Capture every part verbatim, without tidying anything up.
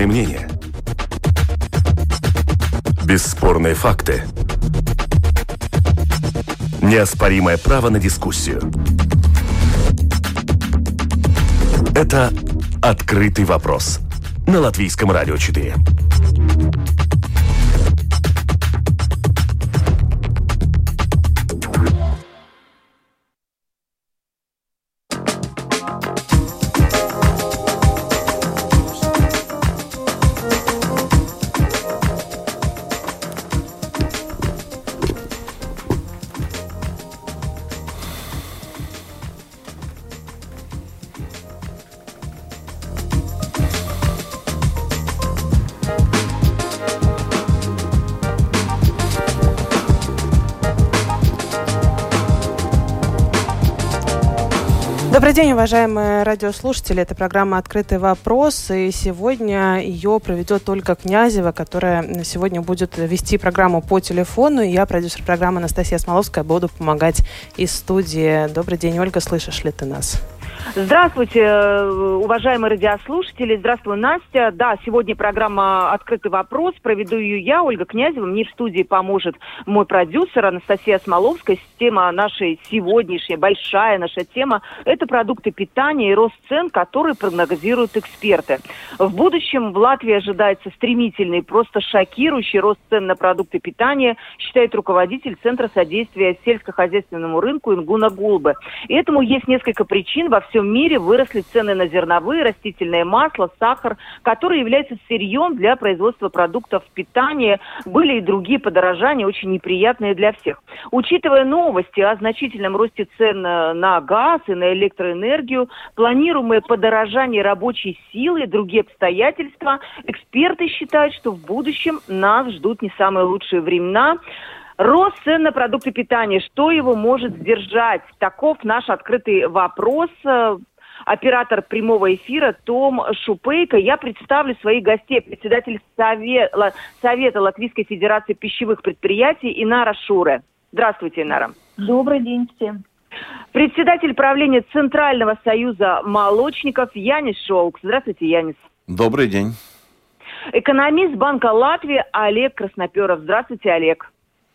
Экспертные мнения. Бесспорные факты. Неоспоримое право на дискуссию. Это «Открытый вопрос» на Латвийском радио четыре. Добрый день, уважаемые радиослушатели. Это программа «Открытый вопрос». И сегодня ее проведет Ольга Князева, которая сегодня будет вести программу по телефону. И я, продюсер программы Анастасия Смоловская, буду помогать из студии. Добрый день, Ольга, слышишь ли ты нас? Здравствуйте, уважаемые радиослушатели. Здравствуй, Настя. Да, сегодня программа «Открытый вопрос». Проведу ее я, Ольга Князева. Мне в студии поможет мой продюсер Анастасия Смоловская. Тема нашей сегодняшняя, большая наша тема – это продукты питания и рост цен, которые прогнозируют эксперты. В будущем в Латвии ожидается стремительный, просто шокирующий рост цен на продукты питания, считает руководитель Центра содействия сельскохозяйственному рынку Ингуна Гулбе. И этому есть несколько причин. Во всем мире выросли цены на зерновые, растительное масло, сахар, которые являются сырьем для производства продуктов питания. Были и другие подорожания, очень неприятные для всех. Учитывая новости о значительном росте цен на газ и на электроэнергию, планируемое подорожание рабочей силы и другие обстоятельства, эксперты считают, что в будущем нас ждут не самые лучшие времена. Рост цен на продукты питания. Что его может сдержать? Таков наш открытый вопрос. Оператор прямого эфира Том Шупейко. Я представлю своих гостей. Председатель Совета, Совета Латвийской Федерации пищевых предприятий Инара Шуре. Здравствуйте, Инара. Добрый день всем. Председатель правления Центрального союза молочников Янис Шолкс. Здравствуйте, Янис. Добрый день. Экономист Банка Латвии Олег Красноперов. Здравствуйте, Олег.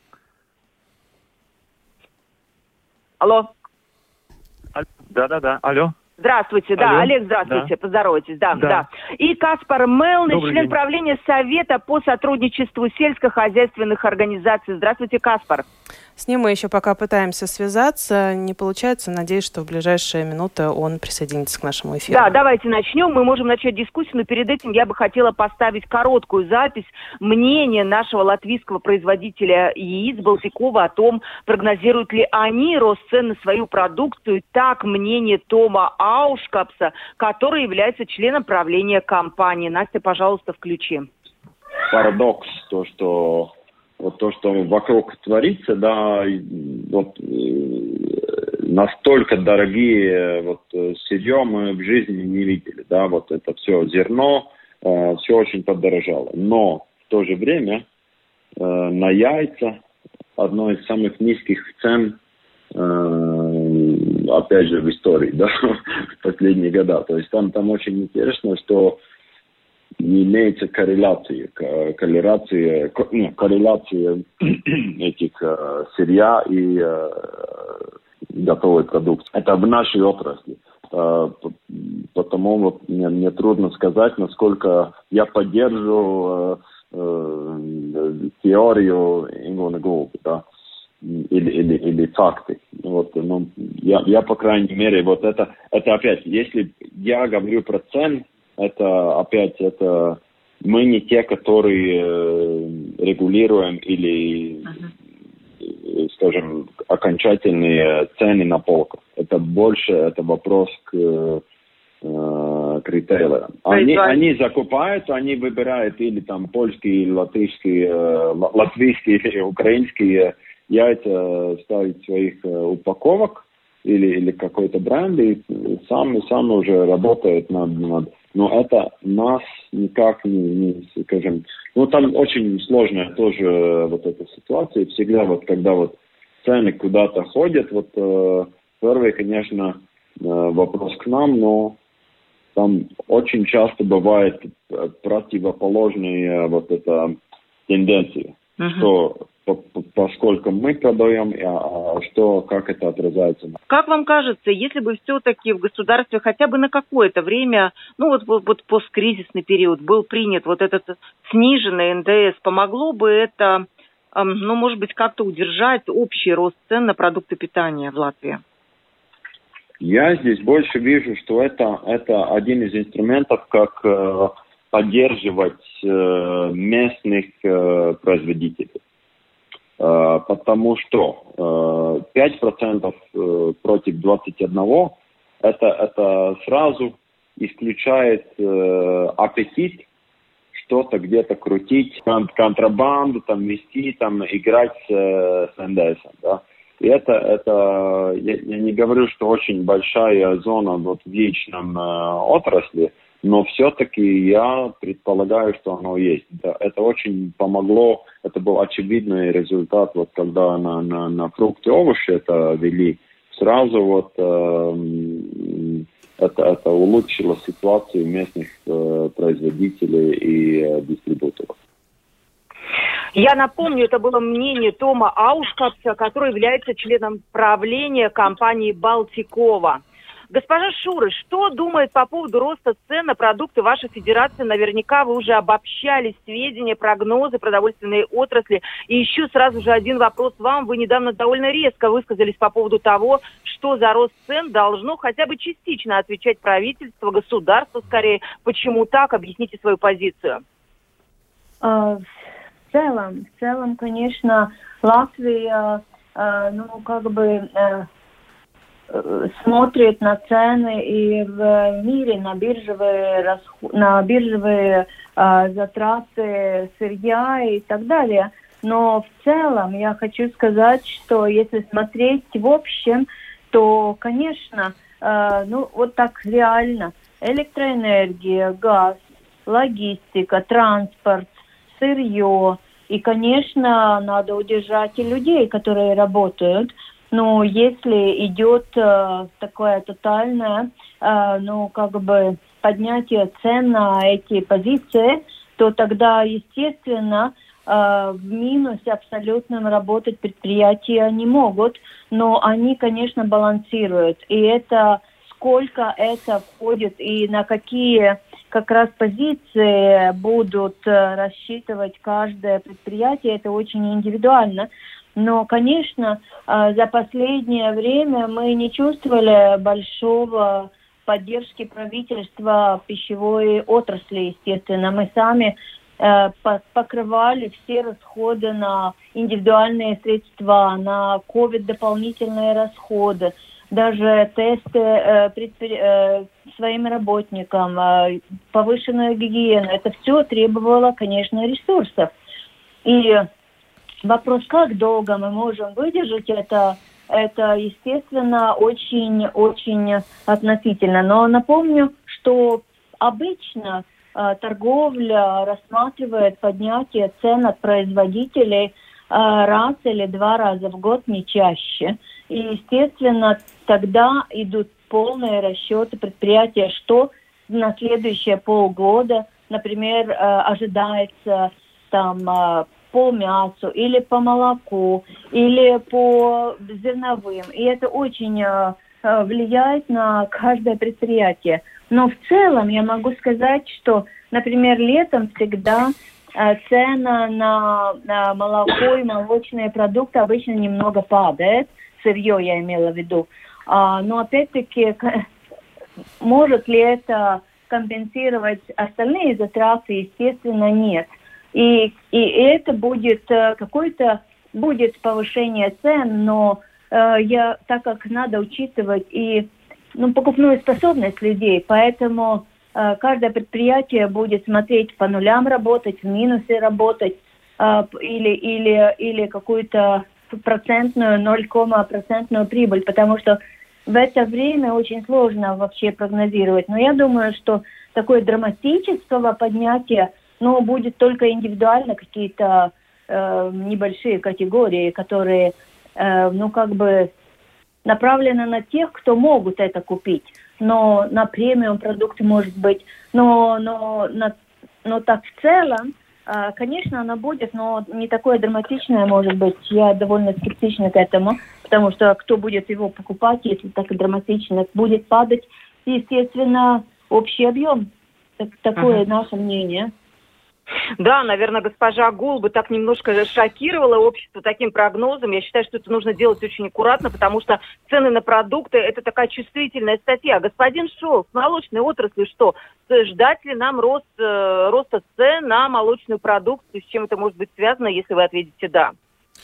Алло. Да-да-да, алло. Здравствуйте, да, алло. Олег, здравствуйте, да. Поздоровайтесь, да, да, да. И Каспар Мелныч, Добрый член день. правления Совета по сотрудничеству сельскохозяйственных организаций. Здравствуйте, Каспар. С ним мы еще пока пытаемся связаться. Не получается. Надеюсь, что в ближайшие минуты он присоединится к нашему эфиру. Да, давайте начнем. Мы можем начать дискуссию, но перед этим я бы хотела поставить короткую запись мнения нашего латвийского производителя яиц Балтикова о том, прогнозируют ли они рост цен на свою продукцию. Так, мнение Тома Аушкапса, который является членом правления компании. Настя, пожалуйста, включи. Парадокс, то, что вот то, что вокруг творится, да, вот настолько дорогие вот сырье мы в жизни не видели, да, вот это все зерно, э, все очень подорожало. Но в то же время э, на яйца одно из самых низких цен, э, опять же, в истории, да, в последние года. То есть там, там очень интересно, что не имеется корреляции, корреляции, ну, корреляции этих э, сырья и э, готовой продукции. Это в нашей отрасли. Э, потому вот мне, мне трудно сказать, насколько я поддерживаю э, э, теорию Ингуна Гулбе, да, или, или, или факты. Вот, ну, я, я, по крайней мере, вот это, это опять, если я говорю про цены, это опять, это мы не те, которые э, регулируем или, uh-huh. скажем, окончательные цены на полках. Это больше, это вопрос к, э, к ритейлерам. Они, они закупают, они выбирают или там польские, или латышские, э, латвийские или украинские яйца ставить в своих э, упаковок или, или какой-то бренд, и сам, сам уже работает над, над но это нас никак не, не, скажем, ну там очень сложная тоже вот эта ситуация. Всегда вот когда вот цены куда-то ходят, вот э, первый, конечно, э, вопрос к нам, но там очень часто бывает противоположные вот это тенденции, uh-huh. что поскольку мы продаем, а что, как это отражается. Как вам кажется, если бы все-таки в государстве хотя бы на какое-то время, ну вот, вот, вот посткризисный период был принят вот этот сниженный эн дэ эс, помогло бы это, ну, может быть, как-то удержать общий рост цен на продукты питания в Латвии? Я здесь больше вижу, что это, это один из инструментов, как э, поддерживать э, местных э, производителей. Э, потому что э, пять процентов э, против двадцати одного это, это сразу исключает э, аппетит что-то где-то крутить, контрабанду, там, вести, там, играть с, с эн дэ эсом, да. И это, это я, я не говорю, что очень большая зона вот в яичном э, отрасли, но все-таки я предполагаю, что оно есть. Да, это очень помогло, это был очевидный результат, вот когда на, на, на фрукты и овощи это ввели, сразу вот э, это, это улучшило ситуацию местных э, производителей и э, дистрибуторов. Я напомню, это было мнение Тома Аушкапса, который является членом правления компании «Балтикова». Госпожа Шуры, что думает по поводу роста цен на продукты ваша федерация? Наверняка вы уже обобщали сведения, прогнозы продовольственной отрасли. И еще сразу же один вопрос вам. Вы недавно довольно резко высказались по поводу того, что за рост цен должно хотя бы частично отвечать правительство, государство скорее. Почему так? Объясните свою позицию. В целом, в целом, конечно, Латвия, э, ну, как бы э, смотрит на цены и в мире на биржевые, расход, на биржевые э, затраты сырья и так далее. Но в целом я хочу сказать, что если смотреть в общем, то, конечно, э, ну, вот так реально электроэнергия, газ, логистика, транспорт, сырье. И, конечно, надо удержать и людей, которые работают. Но если идет э, такое тотальное, э, ну, как бы поднятие цен на эти позиции, то тогда, естественно, э, в минусе абсолютно работать предприятия не могут. Но они, конечно, балансируют. И это сколько это входит и на какие как раз позиции будут э, рассчитывать каждое предприятие, это очень индивидуально. Но, конечно, э, за последнее время мы не чувствовали большого поддержки правительства пищевой отрасли, естественно. Мы сами э, по- покрывали все расходы на индивидуальные средства, на ковид дополнительные расходы. Даже тесты э, предпри... э, своим работникам, э, повышенную гигиену. Это все требовало, конечно, ресурсов. И вопрос, как долго мы можем выдержать это, это, естественно, очень-очень относительно. Но напомню, что обычно э, торговля рассматривает поднятие цен от производителей э, раз или два раза в год, не чаще. И, естественно, тогда идут полные расчеты предприятия, что на следующие полгода, например, ожидается там по мясу или по молоку, или по зерновым. И это очень влияет на каждое предприятие. Но в целом я могу сказать, что, например, летом всегда цена на, на молоко и молочные продукты обычно немного падает. Сырье я имела в виду. А, но опять-таки, может ли это компенсировать остальные затраты? Естественно, нет. И, и это будет какое-то будет повышение цен, но э, я, так как надо учитывать и ну, покупную способность людей, поэтому э, каждое предприятие будет смотреть по нулям работать, в минусе работать э, или, или, или какую-то процентную, ноль процентную прибыль, потому что в это время очень сложно вообще прогнозировать. Но я думаю, что такое драматического поднятия, ну, будет только индивидуально какие-то э, небольшие категории, которые, э, ну, как бы направлены на тех, кто могут это купить. но на премиум продукты может быть. Но, но, на, но так в целом, конечно, она будет, но не такое драматичное может быть. Я довольно скептична к этому, потому что кто будет его покупать, если так драматично, будет падать, естественно, общий объем. Так, такое uh-huh. наше мнение. Да, наверное, госпожа Гул бы так немножко шокировала общество таким прогнозом. Я считаю, что это нужно делать очень аккуратно, потому что цены на продукты – это такая чувствительная статья. Господин Шолц, молочной отрасли что? Ждать ли нам рост, э, роста цен на молочную продукцию? С чем это может быть связано, если вы ответите «да»?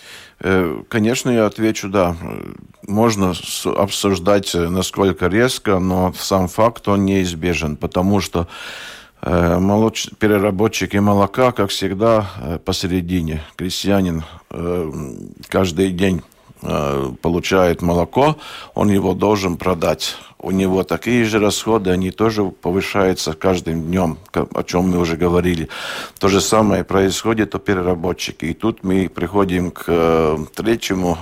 Конечно, я отвечу «да». Можно обсуждать, насколько резко, но сам факт, он неизбежен, потому что Молоч... переработчики молока, как всегда, посередине. Крестьянин каждый день получает молоко, он его должен продать. У него такие же расходы, они тоже повышаются каждым днем, о чем мы уже говорили. То же самое происходит у переработчиков. И тут мы приходим к третьему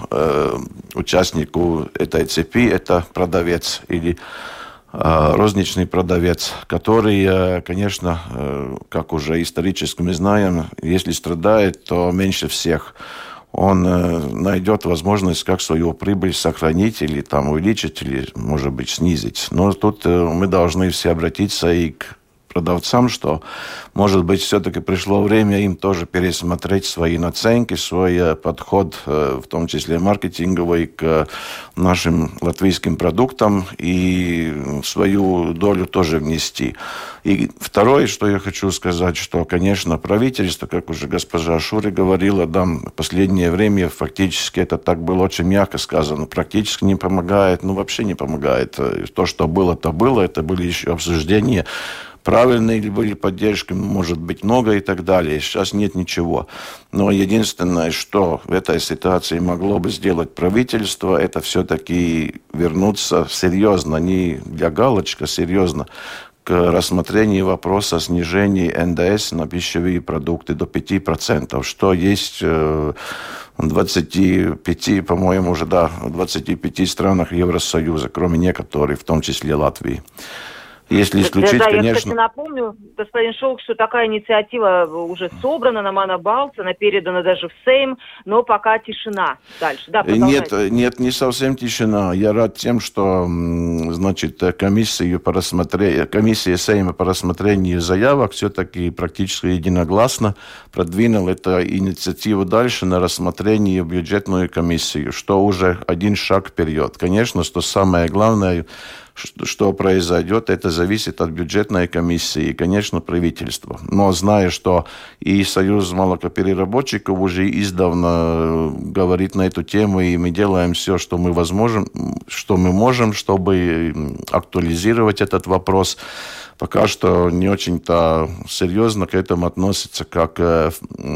участнику этой цепи, это продавец или розничный продавец, который, конечно, как уже исторически мы знаем, если страдает, то меньше всех. Он найдет возможность, как свою прибыль сохранить или там увеличить, или, может быть, снизить. Но тут мы должны все обратиться и к продавцам, что, может быть, все-таки пришло время им тоже пересмотреть свои наценки, свой подход, в том числе маркетинговый, к нашим латвийским продуктам и свою долю тоже внести. И второе, что я хочу сказать, что, конечно, правительство, как уже госпожа Шури говорила, да, в последнее время фактически это так было очень мягко сказано, практически не помогает, ну вообще не помогает. То, что было, то было, это были еще обсуждения. Правильные ли были поддержки, может быть, много и так далее. Сейчас нет ничего. Но единственное, что в этой ситуации могло бы сделать правительство, это все-таки вернуться серьезно, не для галочки, серьезно, к рассмотрению вопроса снижения эн дэ эс на пищевые продукты до пяти процентов, что есть в двадцати пяти, по-моему, уже, да, в двадцати пяти странах Евросоюза, кроме некоторых, в том числе Латвии. Если исключить, да, да, конечно... Я, кстати, напомню, господин Шолц, что такая инициатива уже собрана на Манабалте, она передана даже в Сейм, но пока тишина дальше. Да, нет, нет, не совсем тишина. Я рад тем, что, значит, комиссия по рассмотрению, комиссия Сейма по рассмотрению заявок все-таки практически единогласно продвинула эту инициативу дальше на рассмотрение в бюджетную комиссию, что уже один шаг вперед. Конечно, что самое главное... Что произойдет, это зависит от бюджетной комиссии и, конечно, правительства. Но зная, что и Союз молокопереработчиков уже издавна говорит на эту тему, и мы делаем все, что мы возможем, что мы можем, чтобы актуализировать этот вопрос. Пока что не очень-то серьезно к этому относятся как э,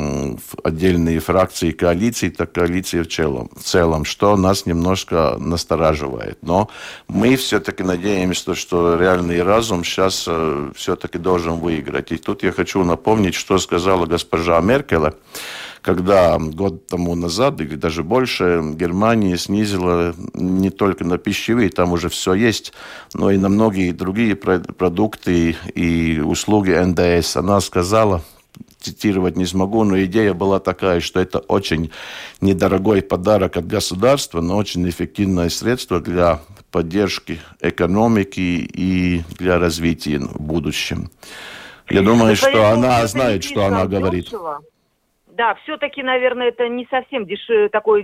отдельные фракции коалиции, так и коалиции в целом, в целом, что нас немножко настораживает. Но мы все-таки надеемся, что реальный разум сейчас э, все-таки должен выиграть. И тут я хочу напомнить, что сказала госпожа Меркель, когда год тому назад, или даже больше, Германия снизила не только на пищевые, там уже все есть, но и на многие другие продукты и услуги эн дэ эс. Она сказала, цитировать не смогу, но идея была такая, что это очень недорогой подарок от государства, но очень эффективное средство для поддержки экономики и для развития в будущем. Я думаю, что она знает, что она говорит. Да, все-таки, наверное, это не совсем деш... такой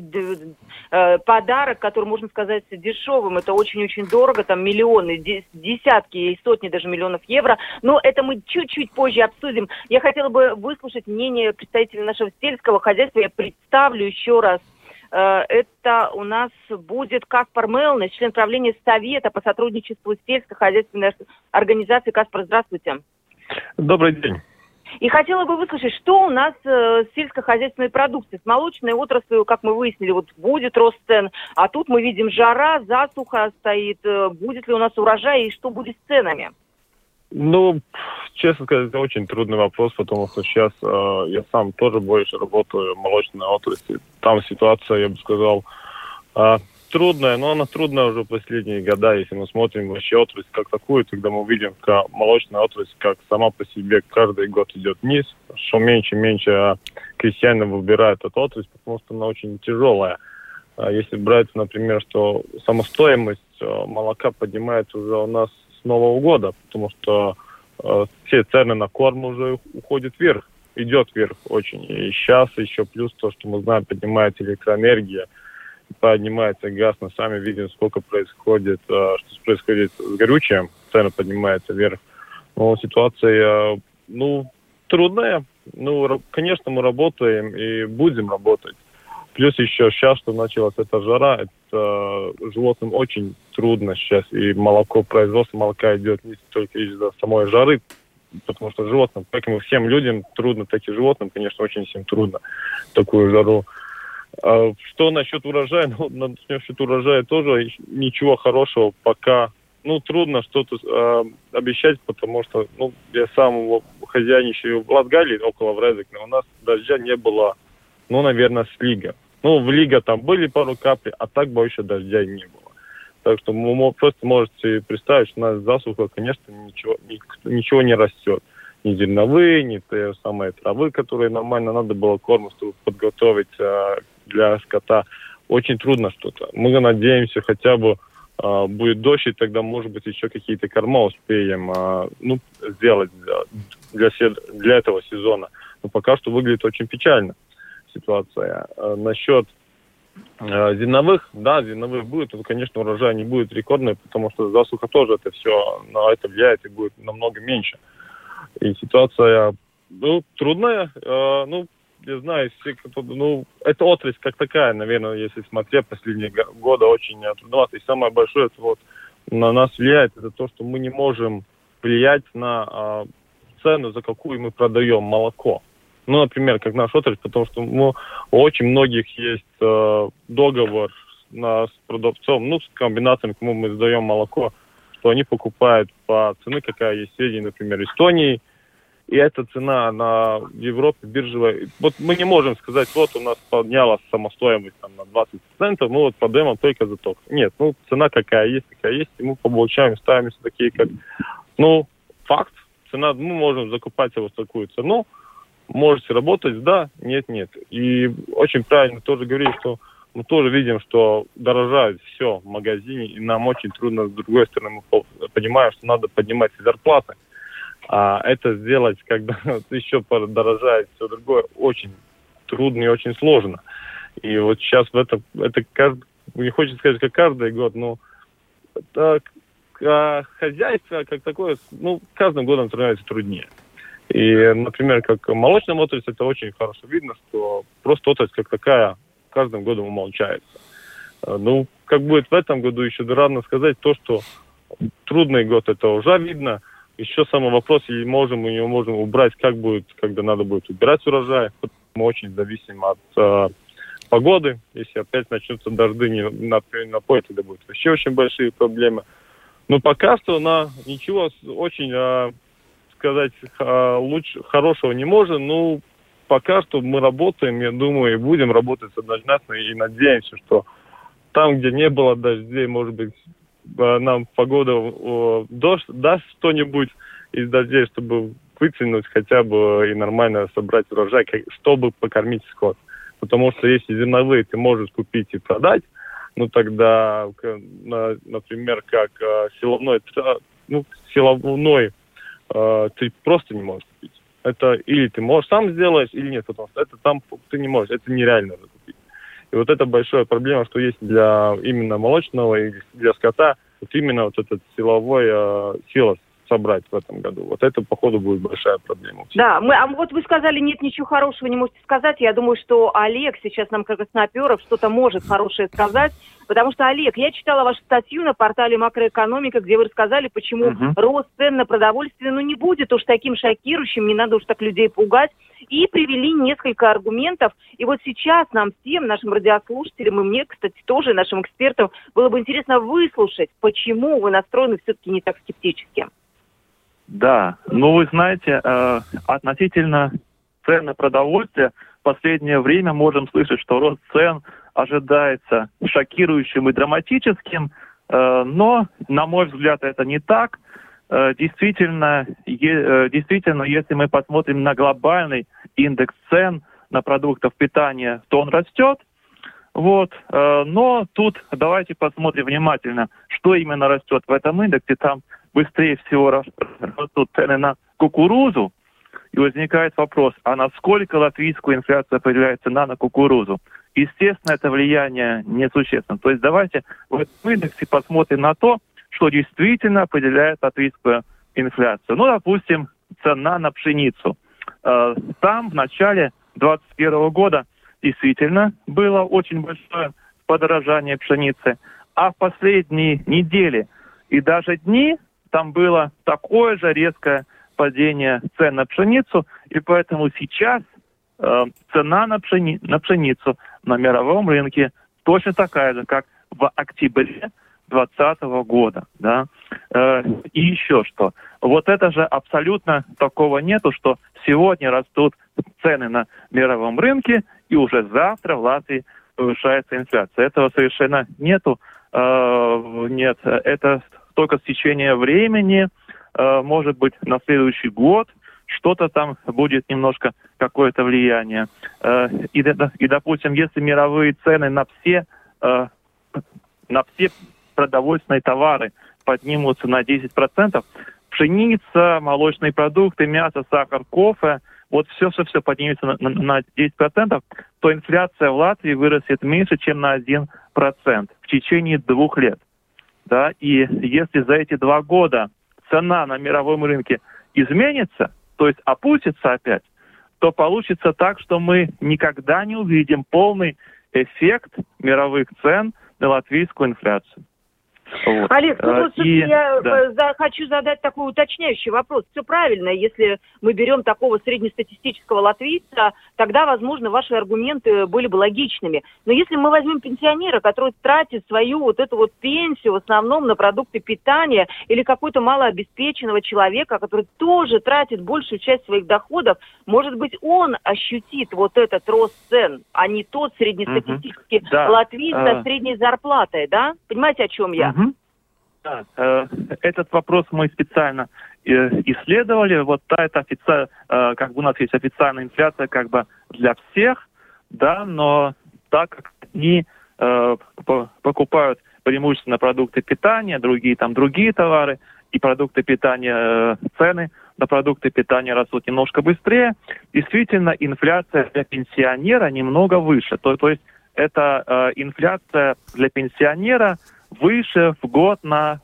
э, подарок, который, можно сказать, дешевым. Это очень-очень дорого, там миллионы, десятки и сотни даже миллионов евро. Но это мы чуть-чуть позже обсудим. Я хотела бы выслушать мнение представителя нашего сельского хозяйства. Я представлю еще раз. Э, это у нас будет Каспар Мелнес, член правления Совета по сотрудничеству с сельскохозяйственной организацией. Каспар, здравствуйте. Добрый день. И хотела бы выслушать, что у нас э, с сельскохозяйственной продукцией, с молочной отраслью, как мы выяснили, вот будет рост цен, а тут мы видим жара, засуха стоит, э, будет ли у нас урожай и что будет с ценами? Ну, честно сказать, это очень трудный вопрос, потому что сейчас э, я сам тоже больше работаю в молочной отрасли. Там ситуация, я бы сказал, э, трудная, но она трудная уже последние года. Если мы смотрим вообще отрасль как такую, тогда мы видим, как молочная отрасль как сама по себе каждый год идет вниз, что меньше и меньше крестьяне выбирают эту отрасль, потому что она очень тяжелая. Если брать, например, что самостоимость молока поднимается уже у нас с Нового года, потому что э, все цены на корм уже уходят вверх, идет вверх очень. И сейчас еще плюс то, что мы знаем, поднимается электроэнергия, поднимается газ, мы сами видим, сколько происходит, э, что происходит с горючим, цены поднимаются вверх. Но ситуация, э, ну, трудная. Ну, конечно, мы работаем и будем работать. Плюс еще сейчас, что началась эта жара, это животным очень трудно сейчас. И молоко, производство молока идет не только из-за самой жары, потому что животным, поэтому всем людям трудно, так и животным, конечно, очень всем трудно такую жару. А что насчет урожая? Ну, насчет урожая тоже ничего хорошего пока. Ну, трудно что-то э, обещать, потому что, ну, я сам хозяйничаю в Латгалии, около Врезекна, у нас дождя не было, ну, наверное, с лига. Ну, в лига там были пару капель, а так больше дождя не было. Так что вы просто можете представить, что у нас засуха, конечно, ничего, ничего не растет. Ни зерновые, ни те самые травы, которые нормально надо было корм, чтобы подготовить а, для скота. Очень трудно что-то. Мы надеемся, хотя бы а, будет дождь, и тогда, может быть, еще какие-то корма успеем а, ну, сделать для, для, для этого сезона. Но пока что выглядит очень печально ситуация. А, насчет а, зерновых, да, зерновых будет, то, конечно, урожай не будет рекордный, потому что засуха тоже это все на это влияет и будет намного меньше. И ситуация, ну, трудная, э, ну, я знаю, все, ну, это отрасль как такая, наверное, если смотреть последние годы, очень трудновато. И самое большое, это вот на нас влияет, это то, что мы не можем влиять на э, цену, за какую мы продаем молоко. Ну, например, как наш отрасль, потому что ну, у очень многих есть э, договор на, с продавцом, ну, с комбинациями, кому мы сдаем молоко, что они покупают по цене, какая есть в среди, например, Эстонии, и эта цена на Европе биржевая. Вот мы не можем сказать, вот у нас поднялась самостоимость там, на двадцать процентов, мы вот продаем только за ток. Нет, ну, цена какая есть, какая есть, и мы получаем, ставимся такие, как, ну, факт, цена, мы можем закупать его в такую цену, можете работать, да, нет, нет. И очень правильно тоже говорить, что мы тоже видим, что дорожает все в магазине, и нам очень трудно, с другой стороны, мы понимаем, что надо поднимать зарплаты. А это сделать, когда еще дорожает все другое, очень трудно и очень сложно. И вот сейчас в этом, это каждый, не хочется сказать, как каждый год, но так, а хозяйство как такое, ну, каждым годом становится труднее. И, например, как молочная отрасль, это очень хорошо видно, что просто отрасль как такая каждым годом умолчается. Ну, как будет в этом году, еще рано сказать. То, что трудный год, это уже видно. Еще самый вопрос, или можем мы не можем убрать, как будет, когда надо будет убирать урожай. Мы очень зависим от э, погоды. Если опять начнутся дожди, не напой, тогда будут вообще очень большие проблемы. Но пока что на ничего очень... Э, сказать лучше, хорошего не можем, но пока что мы работаем, я думаю, и будем работать однозначно, и надеемся, что там, где не было дождей, может быть, нам погода дождь даст что-нибудь из дождей, чтобы вытянуть хотя бы и нормально собрать урожай, чтобы покормить скот. Потому что если зерновые ты можешь купить и продать, ну тогда, например, как силовной, ну, силовной ты просто не можешь купить. Это или ты можешь сам сделать, или нет, потому что это там ты не можешь, это нереально закупить. И вот это большая проблема, что есть для именно молочного и для скота, вот именно вот этот силовой э, силос собрать в этом году. Вот это, походу, будет большая проблема. Да, мы, а вот вы сказали, нет ничего хорошего, не можете сказать. Я думаю, что Олег сейчас нам, как Красноперов, что-то может хорошее сказать. Потому что, Олег, я читала вашу статью на портале «Макроэкономика», где вы рассказали, почему uh-huh. рост цен на продовольствие ну, не будет уж таким шокирующим, не надо уж так людей пугать. И привели несколько аргументов. И вот сейчас нам всем, нашим радиослушателям, и мне, кстати, тоже, нашим экспертам, было бы интересно выслушать, почему вы настроены все-таки не так скептически. Да, ну вы знаете, э, относительно цен на продовольствие в последнее время можем слышать, что рост цен ожидается шокирующим и драматическим, но, на мой взгляд, это не так. Действительно, действительно, если мы посмотрим на глобальный индекс цен на продуктов питания, то он растет. Вот. Но тут давайте посмотрим внимательно, что именно растет в этом индексе. Там быстрее всего растут цены на кукурузу. И возникает вопрос, а насколько латвийская инфляция определяет цена на кукурузу? Естественно, это влияние несущественно. То есть давайте в этом индексе посмотрим на то, что действительно определяет латвийскую инфляцию. Ну, допустим, цена на пшеницу. Там в начале двадцать первого года действительно было очень большое подорожание пшеницы, а в последние недели и даже дни там было такое же резкое падение цен на пшеницу, и поэтому сейчас э, цена на, пшени... на пшеницу на мировом рынке точно такая же, как в октябре двадцатого года. Да? Э, и еще что. Вот это же абсолютно такого нету, что сегодня растут цены на мировом рынке, и уже завтра в Латвии повышается инфляция. Этого совершенно нету. Э, нет, это только стечение времени. Может быть, на следующий год что-то там будет немножко, какое-то влияние. И, и, допустим, если мировые цены на все, на все продовольственные товары поднимутся на десять процентов, пшеница, молочные продукты, мясо, сахар, кофе, вот все-все-все поднимется на, на, на десять процентов, то инфляция в Латвии вырастет меньше, чем на один процент в течение двух лет. Да? И если за эти два года цена на мировом рынке изменится, то есть опустится опять, то получится так, что мы никогда не увидим полный эффект мировых цен на латвийскую инфляцию. Вот. Олег, ну вот и, я да. за, хочу задать такой уточняющий вопрос. Все правильно, если мы берем такого среднестатистического латвийца, тогда, возможно, ваши аргументы были бы логичными. Но если мы возьмем пенсионера, который тратит свою вот эту вот пенсию в основном на продукты питания, или какой-то малообеспеченного человека, который тоже тратит большую часть своих доходов, может быть, он ощутит вот этот рост цен, а не тот среднестатистический mm-hmm. да. латвиец со средней зарплатой, да? Понимаете, о чем я? Mm-hmm. Да, э, этот вопрос мы специально э, исследовали. Вот та это офици... э, как бы у нас есть официальная инфляция как бы для всех, да, но так как они э, покупают преимущественно продукты питания, другие там другие товары, и продукты питания, э, цены на продукты питания растут немножко быстрее, действительно инфляция для пенсионера немного выше. То, то есть это э, инфляция для пенсионера выше в год на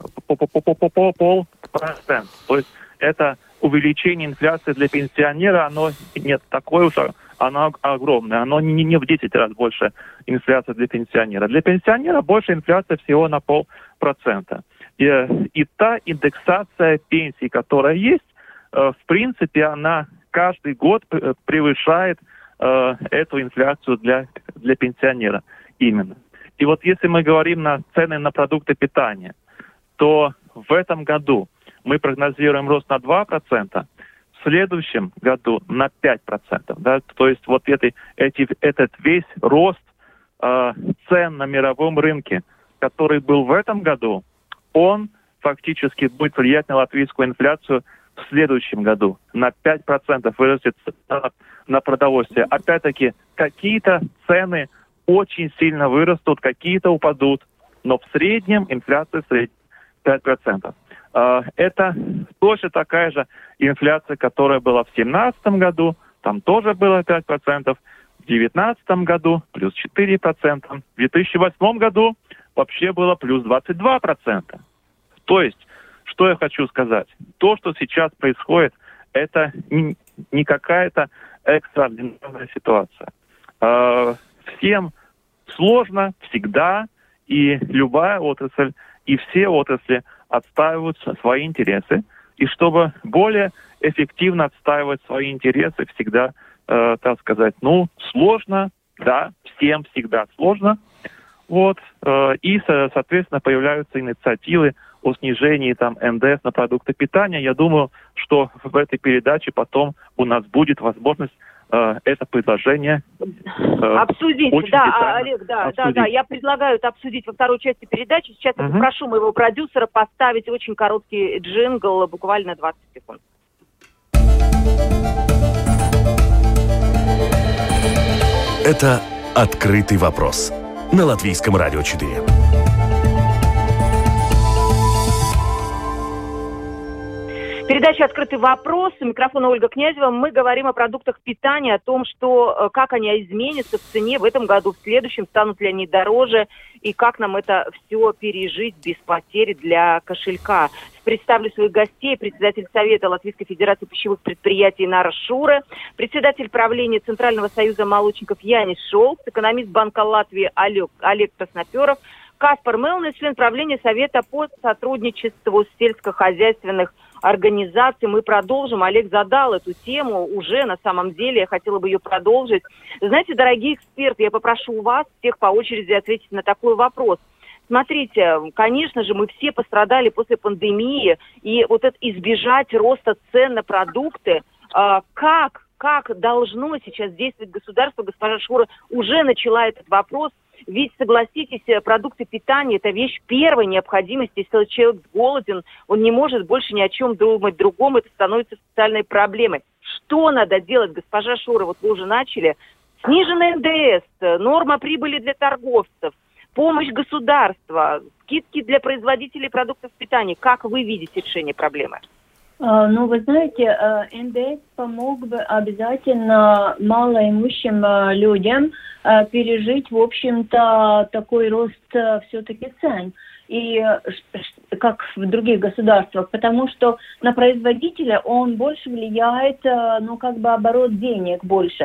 полпроцента. То есть это увеличение инфляции для пенсионера, оно нет такое уж, оно огромное. Оно не, не в десять раз больше инфляции для пенсионера. Для пенсионера больше инфляция всего на полпроцента. И, и та индексация пенсий, которая есть, в принципе, она каждый год превышает эту инфляцию для, для пенсионера именно. И вот если мы говорим на цены на продукты питания, то в этом году мы прогнозируем рост на два процента, в следующем году на пять процентов. Да? То есть вот эти, эти, этот весь рост э, цен на мировом рынке, который был в этом году, он фактически будет влиять на латвийскую инфляцию в следующем году. На пять процентов вырастет цена на продовольствие. Опять-таки, какие-то цены очень сильно вырастут, какие-то упадут, но в среднем инфляция в среднем пять процентов. Это точно такая же инфляция, которая была в две тысячи семнадцатом году, там тоже было пять процентов, в две тысячи девятнадцатом году плюс четыре процента, в две тысячи восьмом году вообще было плюс двадцать два процента. То есть, что я хочу сказать? То, что сейчас происходит, это не какая-то экстраординарная ситуация. Всем сложно всегда, и любая отрасль, и все отрасли отстаивают свои интересы. И чтобы более эффективно отстаивать свои интересы, всегда, э, так сказать, ну, сложно, да, всем всегда сложно. Вот, э, и, соответственно, появляются инициативы о снижении там эн дэ эс на продукты питания. Я думаю, что в этой передаче потом у нас будет возможность э, это предложение э, обсудить. очень Да, детально Олег, да, обсудить. да, да. Я предлагаю это обсудить во второй части передачи. Сейчас я Мгм. попрошу моего продюсера поставить очень короткий джингл, буквально двадцать секунд. Это «Открытый вопрос» на Латвийском радио четыре. Передача «Открытый вопрос». У микрофона Ольга Князева. Мы говорим о продуктах питания, о том, что, как они изменятся в цене в этом году, в следующем, станут ли они дороже, и как нам это все пережить без потери для кошелька. Представлю своих гостей: председатель Совета Латвийской Федерации пищевых предприятий Нара Шуре, председатель правления Центрального союза молочников Янис Шолц, экономист Банка Латвии Олег, Олег Красноперов, Каспар Мелнес, член правления Совета по сотрудничеству сельскохозяйственных организаций. Мы продолжим. Олег задал эту тему уже, на самом деле, я хотела бы ее продолжить. Знаете, дорогие эксперты, я попрошу вас всех по очереди ответить на такой вопрос. Смотрите, конечно же, мы все пострадали после пандемии, и вот это избежать роста цен на продукты, э, как, как должно сейчас действовать государство, госпожа Шура уже начала этот вопрос. Ведь, согласитесь, продукты питания – это вещь первой необходимости. Если человек голоден, он не может больше ни о чем думать другом, это становится социальной проблемой. Что надо делать, госпожа Шура, вот вы уже начали. Сниженный эн дэ эс, норма прибыли для торговцев, помощь государства, скидки для производителей продуктов питания. Как вы видите решение проблемы? Ну, вы знаете, эн дэ эс помог бы обязательно малоимущим людям пережить, в общем-то, такой рост все-таки цен, и как в других государствах, потому что на производителя он больше влияет, ну, как бы оборот денег больше,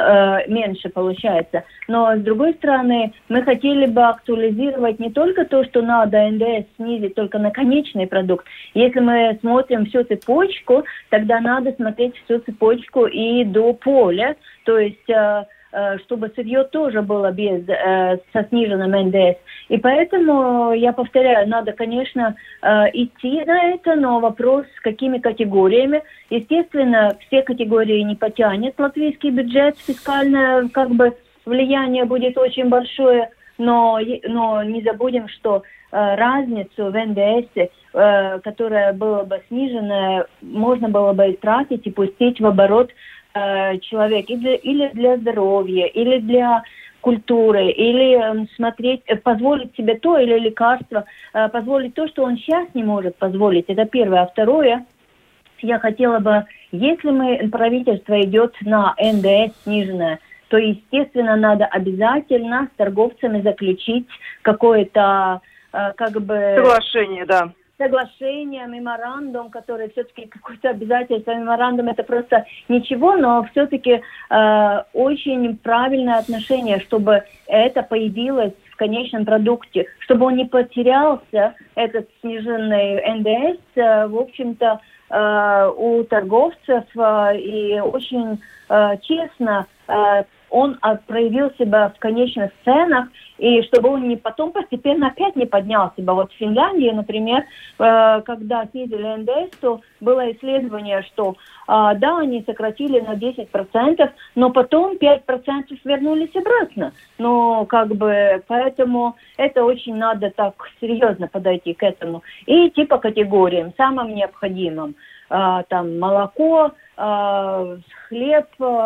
меньше получается. Но, с другой стороны, мы хотели бы актуализировать не только то, что надо эн дэ эс снизить только на конечный продукт. Если мы смотрим всю цепочку, тогда надо смотреть всю цепочку и до поля, то есть чтобы сырье тоже было без, э, со сниженным эн дэ эс. И поэтому, я повторяю, надо, конечно, э, идти на это, но вопрос, с какими категориями. Естественно, все категории не потянет латвийский бюджет, фискальное как бы влияние будет очень большое, но, но не забудем, что э, разницу в эн дэ эс, э, которая была бы снижена, можно было бы тратить и пустить в оборот человек или для, или для здоровья, или для культуры, или э, смотреть, э, позволить себе то или лекарство, э, позволить то, что он сейчас не может позволить. Это первое. А второе, я хотела бы, если мы, правительство идет на эн дэ эс сниженное, то, естественно, надо обязательно с торговцами заключить какое-то, э, как бы... Соглашение, да. Соглашение, меморандум, который все-таки какое-то обязательство, меморандум это просто ничего, но все-таки э, очень правильное отношение, чтобы это появилось в конечном продукте, чтобы он не потерялся, этот сниженный эн дэ эс, э, в общем-то, э, у торговцев, э, и очень э, честно э, он проявил себя в конечных ценах, и чтобы он не потом постепенно опять не поднялся. Вот в Финляндии, например, когда снизили эн дэ эс, то было исследование, что да, они сократили на десять процентов, но потом пять процентов вернулись обратно. Ну, как бы, поэтому это очень надо так серьезно подойти к этому. И идти по категориям, самым необходимым. Там молоко, хлеб,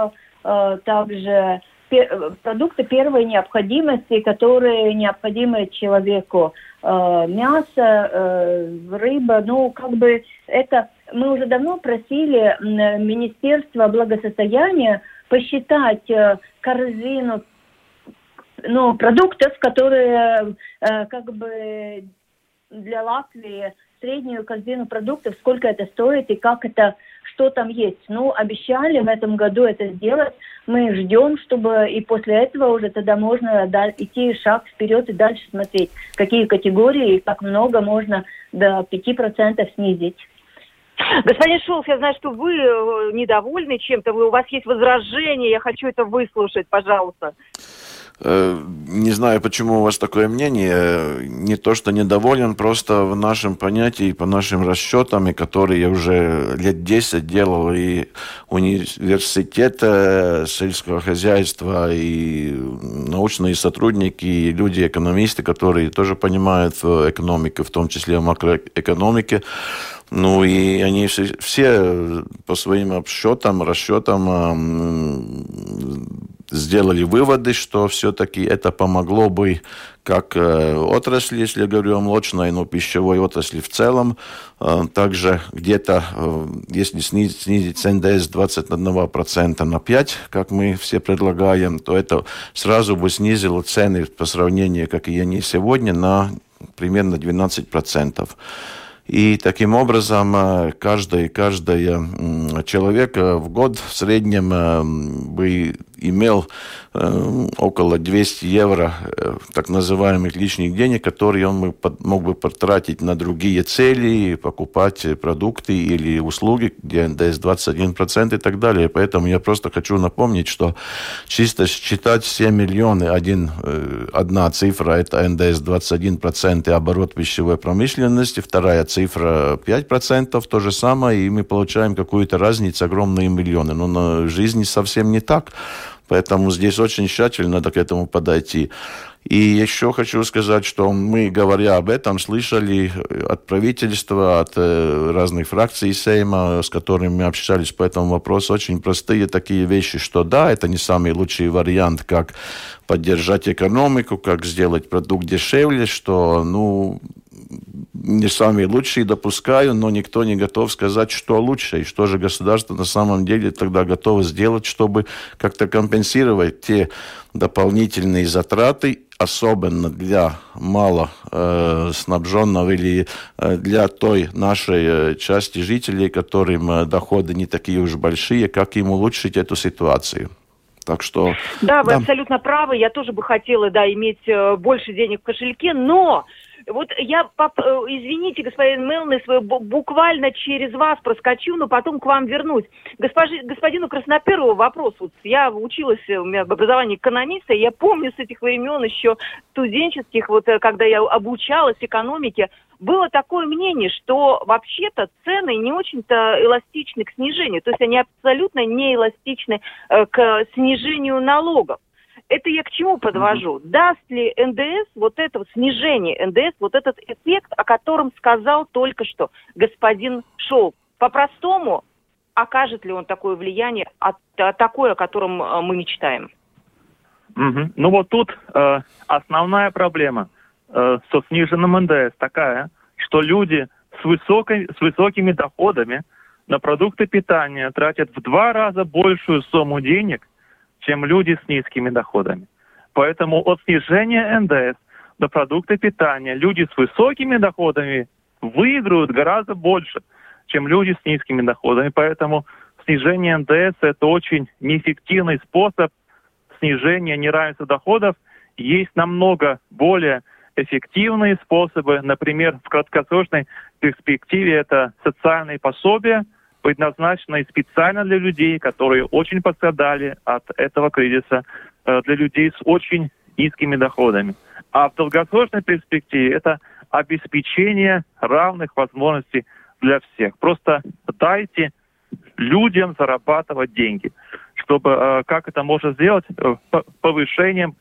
также продукты первой необходимости, которые необходимы человеку. Мясо, рыба, ну, как бы это... Мы уже давно просили Министерство благосостояния посчитать корзину, ну, продуктов, которые как бы для Латвии, среднюю корзину продуктов, сколько это стоит и как это, что там есть. Ну, обещали в этом году это сделать. Мы ждем, чтобы и после этого уже тогда можно идти шаг вперед и дальше смотреть, какие категории и как много можно до пяти процентов снизить. Господин Шолц, я знаю, что вы недовольны чем-то, вы, у вас есть возражения, я хочу это выслушать, пожалуйста. Не знаю, почему у вас такое мнение. Не то, что недоволен, просто в нашем понятии, по нашим расчетам, которые я уже лет десять делал, и университет сельского хозяйства, и научные сотрудники, и люди-экономисты, которые тоже понимают экономику, в том числе макроэкономике. Ну и они все, все по своим обсчетам, расчетам сделали выводы, что все-таки это помогло бы как э, отрасли, если я говорю о молочной, но пищевой отрасли в целом. Э, также где-то, э, если снизить, снизить эн дэ эс с двадцати одного процента на пять процентов, как мы все предлагаем, то это сразу бы снизило цены по сравнению, как и они сегодня, на примерно двенадцать процентов. И таким образом каждый, каждый человек в год в среднем бы имел около двести евро так называемых лишних денег, которые он мог бы потратить на другие цели, покупать продукты или услуги, где эн дэ эс двадцать один процент и так далее. Поэтому я просто хочу напомнить, что чисто считать семь миллионов, один, одна цифра – это эн дэ эс двадцать один процент и оборот пищевой промышленности, вторая цифра пять процентов, то же самое, и мы получаем какую-то разницу, огромные миллионы. Но на жизни совсем не так. Поэтому здесь очень тщательно надо к этому подойти. И еще хочу сказать, что мы, говоря об этом, слышали от правительства, от разных фракций Сейма, с которыми мы общались по этому вопросу, очень простые такие вещи, что да, это не самый лучший вариант, как поддержать экономику, как сделать продукт дешевле, что, ну, не самые лучшие, допускаю, но никто не готов сказать, что лучше, и что же государство на самом деле тогда готово сделать, чтобы как-то компенсировать те дополнительные затраты, особенно для мало э, снабженного или э, для той нашей э, части жителей, которым э, доходы не такие уж большие, как им улучшить эту ситуацию. Так что... Да, вы да. абсолютно правы. Я тоже бы хотела, да, иметь э, больше денег в кошельке, но... Вот я, извините, господин Мелнес, буквально через вас проскочу, но потом к вам вернусь. Госпожи, господину Красноперову вопрос. Вот я училась, у меня образование экономиста, и я помню с этих времен еще студенческих, вот когда я обучалась экономике, было такое мнение, что вообще-то цены не очень-то эластичны к снижению, то есть они абсолютно не эластичны к снижению налогов. Это я к чему подвожу? Mm-hmm. Даст ли эн дэ эс, вот это вот снижение эн дэ эс, вот этот эффект, о котором сказал только что господин Шолц? По-простому, окажет ли он такое влияние, а, а, такое, о котором а, мы мечтаем? Mm-hmm. Ну вот тут э, основная проблема э, со сниженным эн дэ эс такая, что люди с, высокой, с высокими доходами на продукты питания тратят в два раза большую сумму денег, чем люди с низкими доходами. Поэтому от снижения эн дэ эс до продукта питания люди с высокими доходами выиграют гораздо больше, чем люди с низкими доходами. Поэтому снижение эн дэ эс – это очень неэффективный способ снижения неравенства доходов. Есть намного более эффективные способы. Например, в краткосрочной перспективе это социальные пособия, предназначенные специально для людей, которые очень пострадали от этого кризиса, для людей с очень низкими доходами. А в долгосрочной перспективе это обеспечение равных возможностей для всех. Просто дайте людям зарабатывать деньги, чтобы, как это можно сделать, повышением,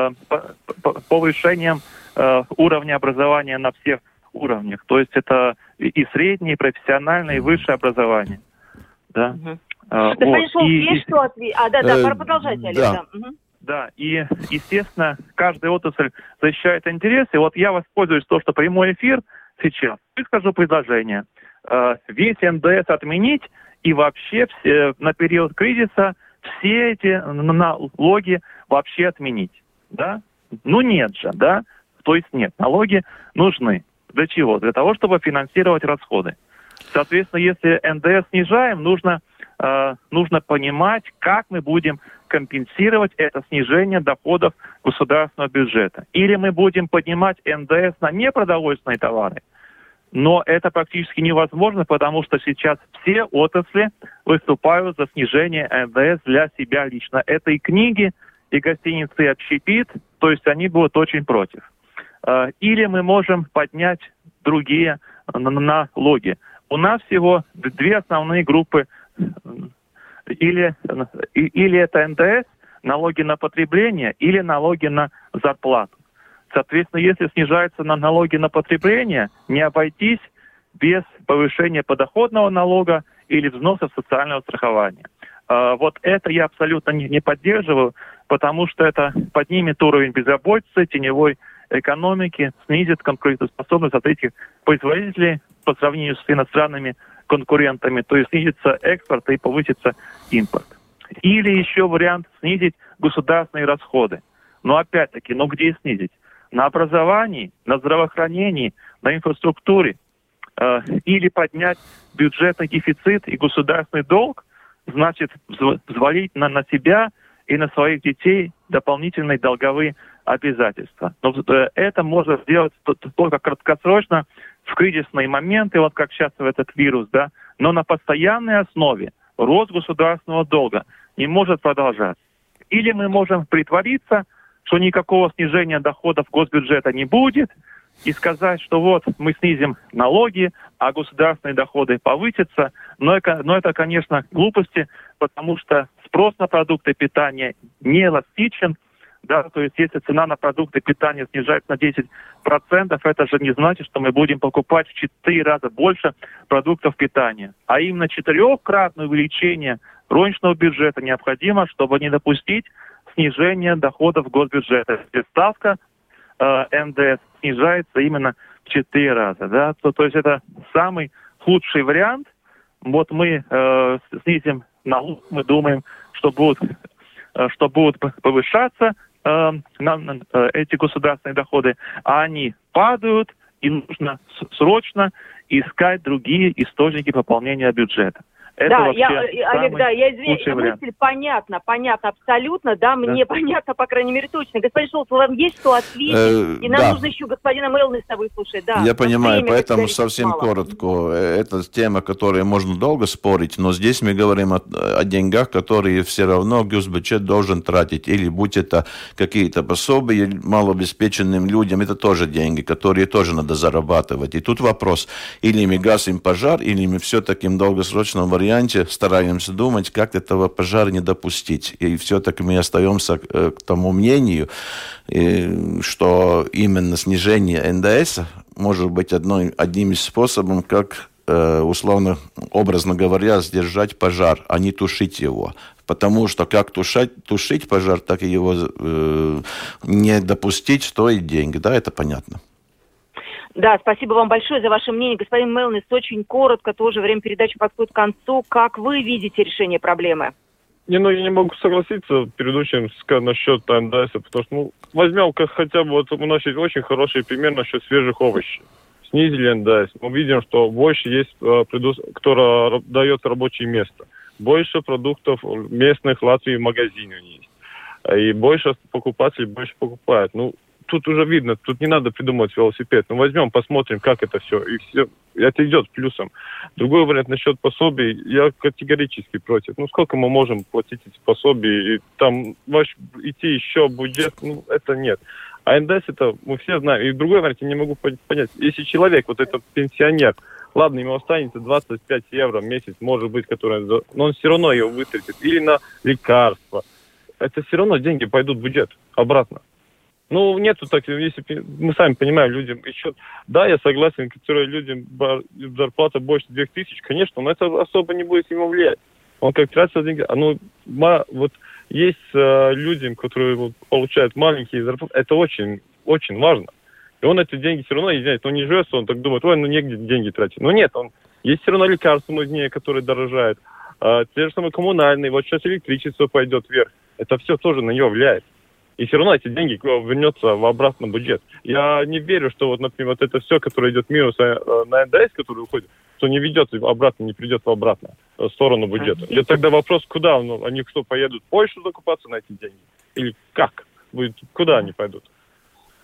повышением уровня образования на всех уровнях. То есть это и среднее, и профессиональное, и высшее образование. Да. Угу. А, вот. Шолц, и, есть и... что ответить? А, да, да, э, продолжайте, Олег. Да. Да. Угу. Да, и, естественно, каждая отрасль защищает интересы. И вот я воспользуюсь то, что прямой эфир сейчас, выскажу предложение. Э, весь эн дэ эс отменить и вообще все, на период кризиса все эти налоги вообще отменить. Да? Ну нет же, да? То есть нет, налоги нужны. Для чего? Для того, чтобы финансировать расходы. Соответственно, если эн дэ эс снижаем, нужно, э, нужно понимать, как мы будем компенсировать это снижение доходов государственного бюджета. Или мы будем поднимать эн дэ эс на непродовольственные товары, но это практически невозможно, потому что сейчас все отрасли выступают за снижение эн дэ эс для себя лично. Это и книги, и гостиницы отщепит, то есть они будут очень против. Или мы можем поднять другие налоги. У нас всего две основные группы. Или, или это эн дэ эс, налоги на потребление, или налоги на зарплату. Соответственно, если снижаются налоги на потребление, не обойтись без повышения подоходного налога или взносов социального страхования. Вот это я абсолютно не поддерживаю, потому что это поднимет уровень безработицы, теневой экономики, снизит конкурентоспособность от этих производителей по сравнению с иностранными конкурентами, то есть снизится экспорт и повысится импорт. Или еще вариант снизить государственные расходы. Но опять-таки, ну где снизить? На образовании, на здравоохранении, на инфраструктуре. Э, или поднять бюджетный дефицит и государственный долг, значит взвалить на, на себя и на своих детей дополнительные долговые обязательства. Но э, это можно сделать только краткосрочно, в кризисные моменты, вот как сейчас в этот вирус, да, но на постоянной основе рост государственного долга не может продолжаться. Или мы можем притвориться, что никакого снижения доходов госбюджета не будет, и сказать, что вот мы снизим налоги, а государственные доходы повысятся. Но это, но это, конечно, глупости, потому что спрос на продукты питания не эластичен. Да, то есть если цена на продукты питания снижается на десять процентов, это же не значит, что мы будем покупать в четыре раза больше продуктов питания. А именно четырехкратное увеличение розничного бюджета необходимо, чтобы не допустить снижения доходов госбюджета. Ставка э, эн дэ эс снижается именно в четыре раза. Да? То, то есть это самый худший вариант. Вот мы э, снизим налог, мы думаем, что будут, э, что будут повышаться э, на, на, э, эти государственные доходы, а они падают, и нужно срочно искать другие источники пополнения бюджета. Это да, вообще я, Олег, да, я извиняюсь, мысль вариант. понятна, понятно абсолютно, да, мне да. понятно, по крайней мере, точно. Господин Шолц, вам есть что ответить? Э, и нам да. нужно еще господина Мелни с тобой слушать. Да, я понимаю, время, поэтому совсем мало. коротко. Это тема, о которой можно долго спорить, но здесь мы говорим о, о деньгах, которые все равно госбюджет должен тратить. Или будь это какие-то пособия малообеспеченным людям, это тоже деньги, которые тоже надо зарабатывать. И тут вопрос, или мы гасим пожар, или мы все-таки в долгосрочном варианте стараемся думать, как этого пожара не допустить. И все-таки мы остаемся к тому мнению, что именно снижение эн дэ эс может быть одной, одним из способов, как, условно, образно говоря, сдержать пожар, а не тушить его. Потому что как тушать, тушить пожар, так и его э, не допустить стоит деньги. Да, это понятно. Да, спасибо вам большое за ваше мнение. Господин Мелнис, очень коротко, тоже время передачи подходит к концу. Как вы видите решение проблемы? Не, ну, я не могу согласиться с предыдущим насчет эн дэ эс, потому что, ну, возьмем как хотя бы, вот у нас есть очень хороший пример насчет свежих овощей. Снизили эн дэ эс. Мы видим, что больше есть, кто дает рабочее место. Больше продуктов местных в Латвии в магазине есть. И больше покупателей больше покупают. Ну, тут уже видно, тут не надо придумывать велосипед. Ну, возьмем, посмотрим, как это все. И все. Это идет плюсом. Другой вариант насчет пособий, я категорически против. Ну, сколько мы можем платить эти пособия? И там ваш, идти еще бюджет, ну, это нет. А эн дэ эс это мы все знаем. И другой вариант я не могу понять. Если человек, вот этот пенсионер, ладно, ему останется двадцать пять евро в месяц, может быть, который, но он все равно его вытратит. Или на лекарства. Это все равно деньги пойдут в бюджет обратно. Ну, нету так, если мы сами понимаем, людям еще... Да, я согласен, которые людям зарплата больше двух тысяч, конечно, но это особо не будет ему влиять. Он как тратит деньги... А ну, вот есть э, люди, которые вот, получают маленькие зарплаты, это очень, очень важно. И он эти деньги все равно, извиняюсь, он не живет, он так думает, ой, ну негде деньги тратить. Но нет, он есть все равно лекарства нужнее, которые дорожают. Э, те же самые коммунальные, вот сейчас электричество пойдет вверх. Это все тоже на него влияет. И все равно эти деньги вернется в обратный бюджет. Я не верю, что вот, например, вот это все, которое идет минус на эн дэ эс, который уходит, что не ведет обратно, не придет в обратную сторону бюджета. И тогда вопрос, куда? Ну, они что, поедут в Польшу закупаться на эти деньги? Или как? Будет, куда они пойдут?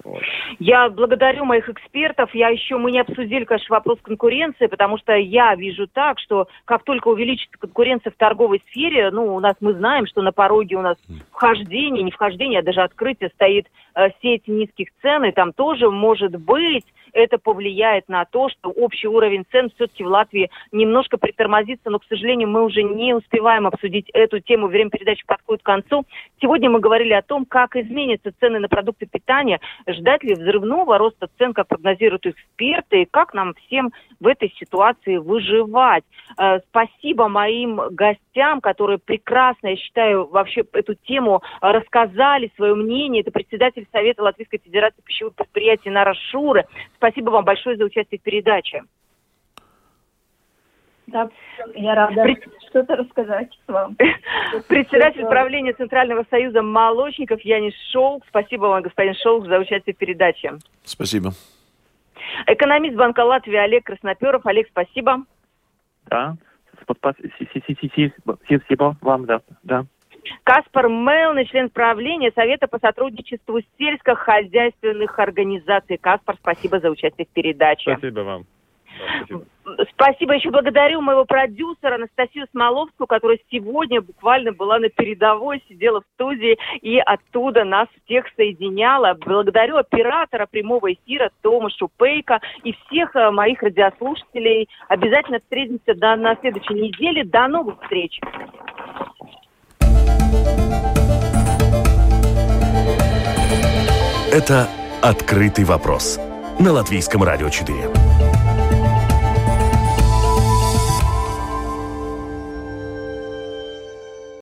Вот. Я благодарю моих экспертов. Я еще, мы не обсудили, конечно, вопрос конкуренции, потому что я вижу так, что как только увеличится конкуренция в торговой сфере, ну, у нас, мы знаем, что на пороге у нас вхождение, не вхождение, а даже открытие стоит э, сеть низких цен, и там тоже, может быть, это повлияет на то, что общий уровень цен все-таки в Латвии немножко притормозится, но, к сожалению, мы уже не успеваем обсудить эту тему, время передачи подходит к концу. Сегодня мы говорили о том, как изменятся цены на продукты питания, ждать ли взрывного роста цен, как прогнозируют эксперты, и как нам всем в этой ситуации выживать. Э, спасибо моим гостям, которые прекрасно, я считаю, вообще эту тему рассказали, свое мнение. Это председатель Совета Латвийской Федерации пищевых предприятий Нара Шуре. Спасибо вам большое за участие в передаче. Да, я рада Пред... что-то рассказать вам. Председатель правления Центрального союза молочников Янис Шолк. Спасибо вам, господин Шолк, за участие в передаче. Спасибо. Экономист Банка Латвии Олег Красноперов. Олег, спасибо. Да, спасибо вам, да. да. Каспар Мелный, член правления Совета по сотрудничеству сельскохозяйственных организаций. Каспар, спасибо за участие в передаче. Спасибо вам. Да, спасибо. Спасибо. Еще благодарю моего продюсера Анастасию Смоловскую, которая сегодня буквально была на передовой, сидела в студии и оттуда нас всех соединяла. Благодарю оператора прямого эфира Тома Шупейка и всех моих радиослушателей. Обязательно встретимся до, на следующей неделе. До новых встреч. Это «Открытый вопрос» на Латвийском радио четыре.